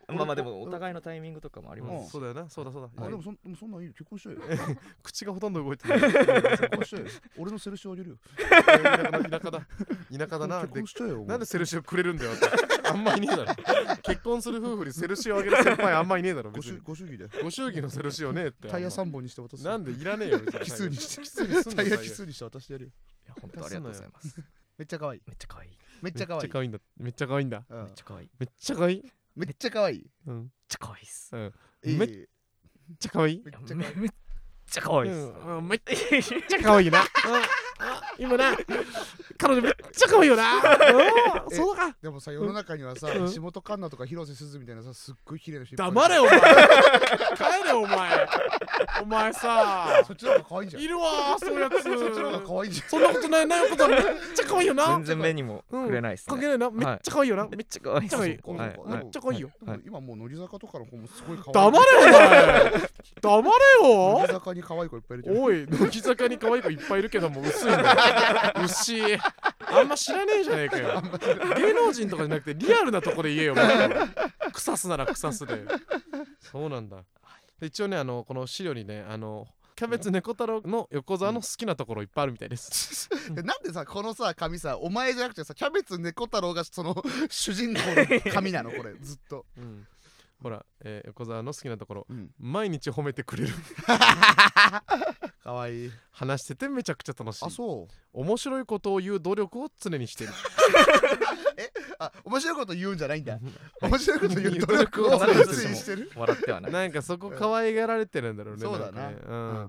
まあまあでもお互いのタイミングとかもありますし、 そうだよな、そうだそうだ。 あでもそんでもそんなんいいよ、結婚しようよ。 口がほとんど動いてない。 結婚しようよ。俺のセルシオあげるよ。 田舎だ田舎だな。 結婚しちゃうよ。 なんでセルシオくれるんだよ。あんまいねえだろ。結婚する夫婦にセルシオあげる先輩あんまいねえだろ。 ご祝ご祝儀でご祝儀のセルシオねえって。 タイヤさんぼんにして渡す。 なんでいらねえよ。 奇数にして奇数にすんの。 タイヤ奇数にして渡してやるよ。 いや本当ありがとうございます。 めっちゃ可愛い。 めっちゃ可愛い。 めっちゃ可愛い。 めっちゃ可愛いんだ。めっちゃ可愛いんだ。 めっちゃ可愛い。 めっちゃ可愛い。 めっちゃ可愛い。 うん。 めっちゃ可愛いっす。 うん。 めめっちゃ可愛い。 めっちゃ可愛い。 めっちゃ可愛いっす。 めっちゃ可愛いな。今な、彼女めっちゃ可愛いよな。そうか。 でもさ、世の中にはさ、石本環奈とか広瀬すずみたいなさ、すっごい綺麗な人。 黙れお前。帰れお前。お前さ、 そっちの方が可愛いじゃん。 いるわそういうやつ。 そっちの方が可愛いじゃん。 そんなことないなよことめっちゃ可愛いよな。 全然目にもくれないっすね。 関係ないな。めっちゃ可愛いよな。 めっちゃ可愛いっす。 めっちゃ可愛い。 めっちゃ可愛いよ。 今もう乃木坂とかの子もすごい可愛い。 黙れお前。黙れよ。 乃木坂に可愛い子いっぱいいるじゃん。 おい、乃木坂に可愛い子いっぱいいるけども薄いんだよ。薄い。あんま知らねえじゃねえかよ。芸能人とかじゃなくてリアルなとこで言えよ。腐すなら腐すで。そうなんだ。一応ね、あのこの資料にね、あのキャベツ猫太郎の横澤の好きなところいっぱいあるみたいです。 なんでさ、このさ紙さ、お前じゃなくてさ、キャベツ猫太郎がその主人公の紙なのこれずっと。 うん、ほら、えー、横澤の好きなところ、 うん、 毎日褒めてくれる。 かわいい。 話しててめちゃくちゃ楽しい。 あ、そう。 面白いことを言う努力を常にしてる。 え、あ、面白いこと言うんじゃないんだ。面白いこと言う努力を常にしてる。 笑ってはない。 なんかそこ可愛がられてるんだろうね。 そうだな。 うん。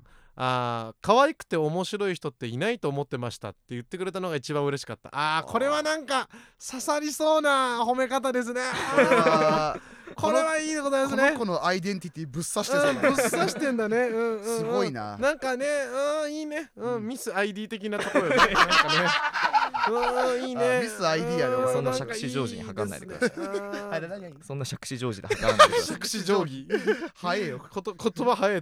ああ、可愛くて面白い人っていないと思ってましたって言ってくれたのが一番嬉しかった。ああ、これはなんか刺さりそうな褒め方ですね。これはいいでございますね。 この子のアイデンティティぶっ刺してそうな。ぶっ刺してんだね。うんうん。 すごいな。 なんかね、うん、いいね。うん、ミス アイディー 的なところよね。なんかね。うん、いいね。 ミス アイディー やね。 そんな杓子定規に測んないでください。 あれ何？ そんな杓子定規で測らないでください。 杓子定規。 早いよ。 こと言葉早いって。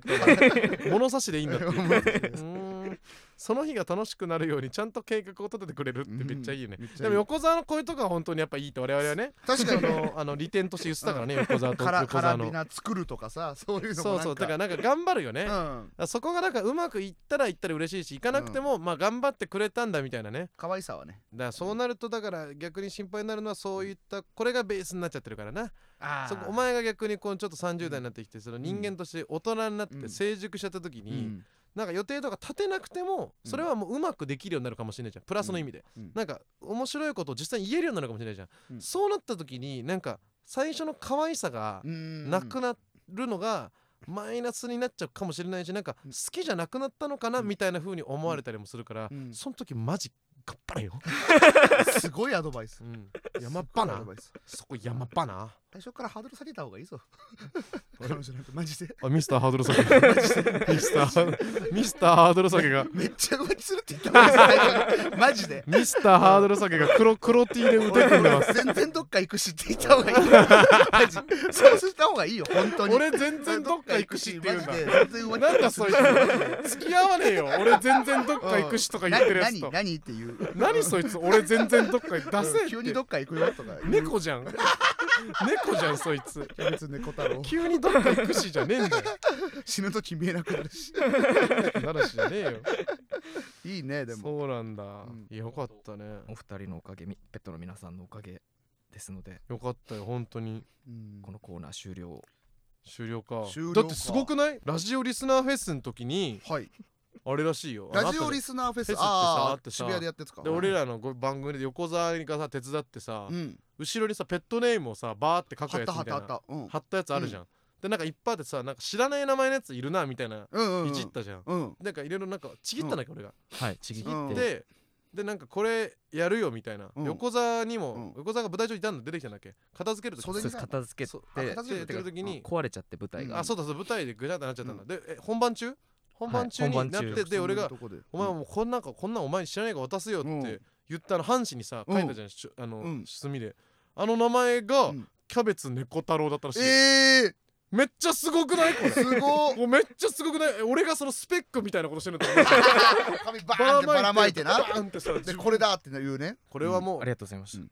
物差しでいいんだって。その日が楽しくなるようにちゃんと計画を立ててくれるってめっちゃいいよね。でも横澤のこういうとこは本当にやっぱいいって我々はね。 確かにのあの利点として言ってたからね、横澤と横澤の。 カラビナ作るとかさ、そういうのもそうそう、だからなんか頑張るよね。そこがなんかうまくいったらいったら嬉しいし、いかなくてもまあ頑張ってくれたんだみたいなね。 可愛さはね。 だからそうなるとだから逆に心配になるのはそういったこれがベースになっちゃってるからな。そこお前が逆にこうちょっとさんじゅう代になってきてその人間として大人になって成熟しちゃった時に。なんか予定とか立てなくてもそれはもううまくできるようになるかもしれないじゃん、プラスの意味で、うん、なんか面白いことを実際に言えるようになるかもしれないじゃん、うん、そうなった時になんか最初の可愛さがなくなるのがマイナスになっちゃうかもしれないし、なんか好きじゃなくなったのかなみたいな風に思われたりもするから、うん、その時マジ頑張れよ。 すごいアドバイス、 うん、山っぱなそこ山っぱな最初からハードル下げた方がいいぞ。彼女なんてマジであミスターハードル下げミスターミスターハードル下げがめっちゃ浮気するって言った方がマジでミスターハードル下げが黒黒 T で腕組んでます。 全然どっか行くしって言った方がいい。マジそうした方がいいよ本当に。 俺全然どっか行くしって言うんだ。 なんだそいつ付き合わねえよ。俺全然どっか行くしとか言ってるやつと。 何何っていう何そいつ俺全然どっか出せ。 急にどっか行くよとか。 猫じゃん。猫じゃんそいつ。 キャベツ猫太郎。 急にどっか行くしじゃねえんだよ。 死ぬ時見えなくなるし。 なるしじゃねえよ。 いいねでも。 そうなんだ。よかったね。 お二人のおかげ、ペットの皆さんのおかげですので。 よかったよ本当に。 このコーナー終了。 終了か。だってすごくない？ラジオリスナーフェスの時に。はい。あれらしいよ。 ラジオリスナーフェスってさ、渋谷でやってつか。 で俺らの番組で横澤がさ手伝ってさ、後ろにさペットネームをさバーって書くやつみたいな貼ったやつあるじゃん。でなんかいっぱいあってさ、なんか知らない名前のやついるなみたいないじったじゃん。なんかいろいろなんかちぎったんだっけ俺が。 はいちぎってででなんかこれやるよみたいな、横澤にも横澤が舞台上いたんだ出てきたんだっけ、片付けるとき片付けて片付けてる時に壊れちゃって舞台が。 あそうだそう舞台でぐちゃってなっちゃったんだ。で本番中本番中になってで俺が「お前もうこんなんかこんなんお前に知らないから渡すよ」って言ったの半紙にさ書いたじゃん、あの墨で。あの名前がキャベツ猫太郎だったらしい。えめっちゃすごくないこれ。 すごもうめっちゃすごくない。俺がそのスペックみたいなことしてるんだと思う。 髪バーンってばらまいてな。 バーンってさでこれだって言うね。 これはもうありがとうございました。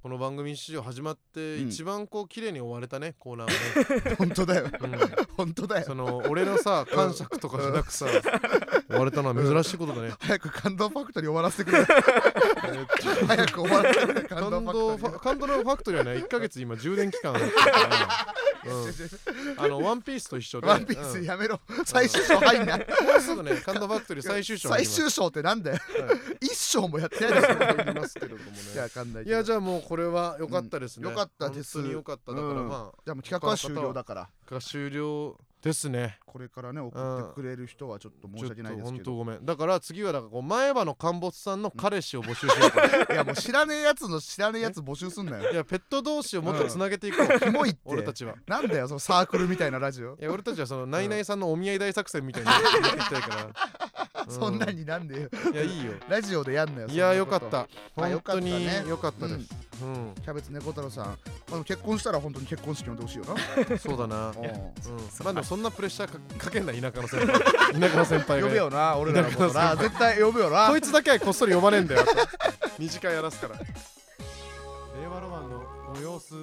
この番組史上始まって一番こう綺麗に終われたね、コーナーがね。 本当だよ、本当だよ。 その俺のさ感触とかじゃなくさ終われたのは珍しいことだね。 早く感動ファクトリー終わらせてくれ。早く終わらせてくれ。感動ファクトリー。 感動のファクトリーはねいっかげつ今充電期間入ってるから、あのワンピースと一緒で。 ワンピースやめろ、最終章入んな。 もうすぐね感動ファクトリー最終章入ります。 最終章ってなんだよ。一章もやってないですよ。 入りますけれどもね。 いやわかんないけど。 いやじゃあもうこれは良かったですね。 良かったです。 本当に良かった。だからまあじゃあもう企画は終了だから。 が終了ですね。 これからね送ってくれる人はちょっと申し訳ないですけど。 本当ごめん。だから次はだからこう前歯の陥没さんの彼氏を募集しようか。 いやもう知らねえやつの知らねえやつ募集すんなよ。 いやペット同士をもっとつなげていこう。 キモいって。 俺たちは。 なんだよそのサークルみたいなラジオ。 いや俺たちはそのナイナイさんのお見合い大作戦みたいにやっていきたいから。 そんなになんでよ。 いやいいよ。 ラジオでやんなよ。 いやよかった。本当にねよかったです。 キャベツ猫太郎さん、結婚したら本当に結婚式呼んでほしいよな。 そうだな。まあでもそんなプレッシャーかけんな田舎の先輩。田舎の先輩が。 呼ぶよな、俺らのことな。絶対呼ぶよな。 こいつだけはこっそり呼ばねえんだよ。にじかんやらすから。令和ロマンのご様子。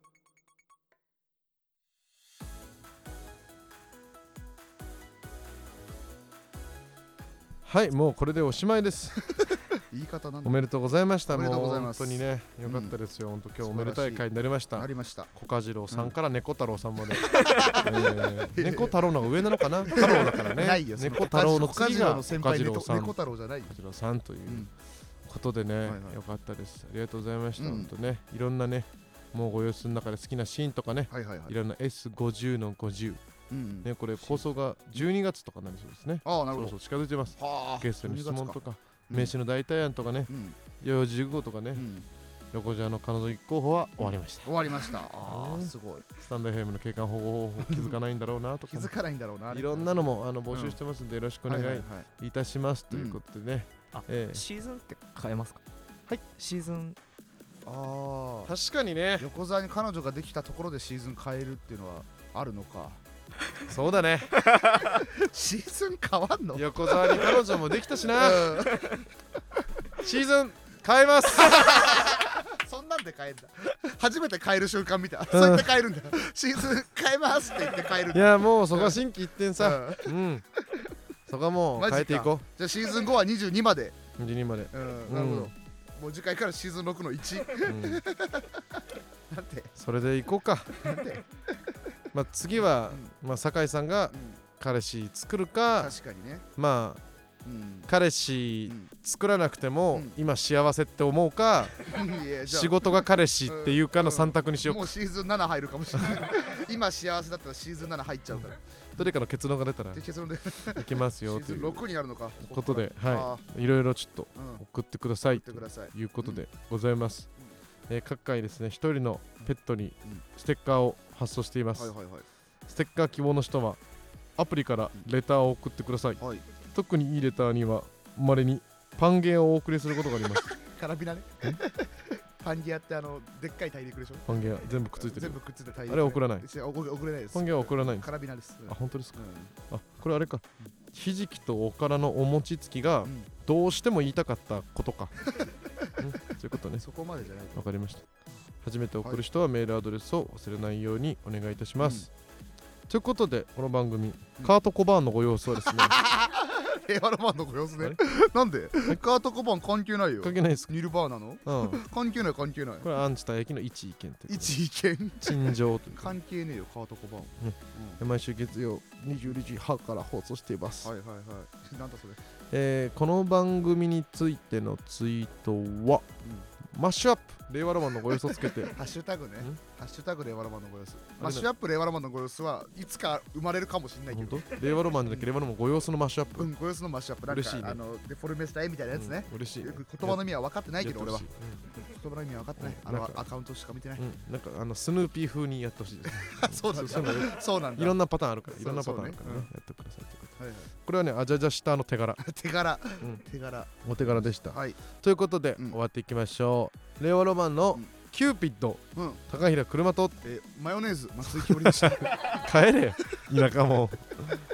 はい、もうこれでおしまいです。 言い方なんだ。 おめでとうございました。 おめでとうございます。 本当にね、よかったですよ。本当今日おめでたい回になりました。 なりました。 コカジロウさんから猫太郎さんまで。猫太郎のが上なのかな。太郎だからね。猫太郎の次がコカジロウさん。 猫太郎じゃない。 コカジロウさんということでね、よかったです。ありがとうございました。本当ね、いろんなね、もうご様子の中で好きなシーンとかね、いろんな エスごじゅうのごじゅう。ね、これ放送がじゅうにがつとかになりそうですね。 ああ、なるほど。 そうそう近づいてます。ゲストの質問とか名刺の代替案とかね、幼児熟語とかね、横綱の彼女立候補は終わりました。 終わりました。ああ、すごい。 スタンド エフエム の景観保護方法気づかないんだろうなとか、 気づかないんだろうな。 いろんなのもあの募集してますんでよろしくお願いいたしますということでね。 あ、シーズンって変えますか？はい、シーズン。 ああ、 確かにね。 横綱に彼女ができたところでシーズン変えるっていうのはあるのか。 そうだね。 シーズン変わんの？ 横澤に彼女もできたしな。シーズン変えます。 そんなんで変えるんだ。初めて変える瞬間見た。そうやって変えるんだ。シーズン変えますって言って変えるんだ。 いやもうそこは心機一転さ。うん。そこはもう変えていこう。 じゃあシーズンごはにじゅうにまで。 にじゅうにまで。 なるほど。もう次回からシーズンろくのいち。なんて。 それでいこうか。 なんて。 まあ次は、まあ酒井さんが彼氏作るか、 確かにね。 まあ彼氏作らなくても今幸せって思うか、仕事が彼氏っていうかのさん択にしようか。 もうシーズンなな入るかもしれない。今幸せだったらシーズンなな入っちゃうから。 どれかの結論が出たら結論でいきますよというろくになるのかことで、はいいろいろちょっと送ってくださいということでございます。各回ですね一人のペットにステッカーを発送しています。ステッカー希望の人はアプリからレターを送ってください。特にいいレターには稀にパンゲアをお送りすることがあります。 カラビナね。パンゲアってあのでっかい大陸でしょ。 パンゲア全部くっついてる。 全部くっついて大陸。 あれ送らない。 送れないです。 パンゲアは送らない。 カラビナです。 あ本当ですか。あこれあれか。ひじきとおからのお餅つきがどうしても言いたかったことか。そういうことね。 そこまでじゃない。 わかりました。初めて送る人はメールアドレスを忘れないようにお願いいたします。ということでこの番組カート・コバーンのご様子はですね。 令和ロマンのご様子ね。なんでカート・コバーン関係ないよ。 関係ないですか。 ニルバーナの関係ない関係ない。 これはアンチタ駅の一意見って一意見陳情という関係ねえよカート・コバーン。 毎週月曜にじゅうにじはんから放送しています。 はいはいはい。なんだそれ。 えー、この番組についてのツイートは、うん、マッシュアップ令和ロマンのご様子をつけてハッシュタグねハッシュタグ令和ロマンのご様子マッシュアップ令和ロマンのご様子はいつか生まれるかもしれないけど令和ロマンじゃなくて令和ロマンご様子のマッシュアップうんご様子のマッシュアップ嬉しいねあのデフォルメした絵みたいなやつね、 うん、嬉しい言葉の意味は分かってないけど俺は、うん、言葉の意味は分かってない、うん、あのアカウントしか見てない、 うん、なんかあのスヌーピー風にやってほしいです、ね、 そうなんだそうなんだいろんなパターンあるからいろんなパターンあるからね、ね、やってくださいということで、はいはい、これはねあじゃじゃ下の手柄手柄、うん、手柄お手柄でした、 はい、 ということで、うん、終わっていきましょう。令和ロマンの、うんキューピッド、うん、高平車と、 えー、マヨネーズ松井きおりでした帰れ田舎も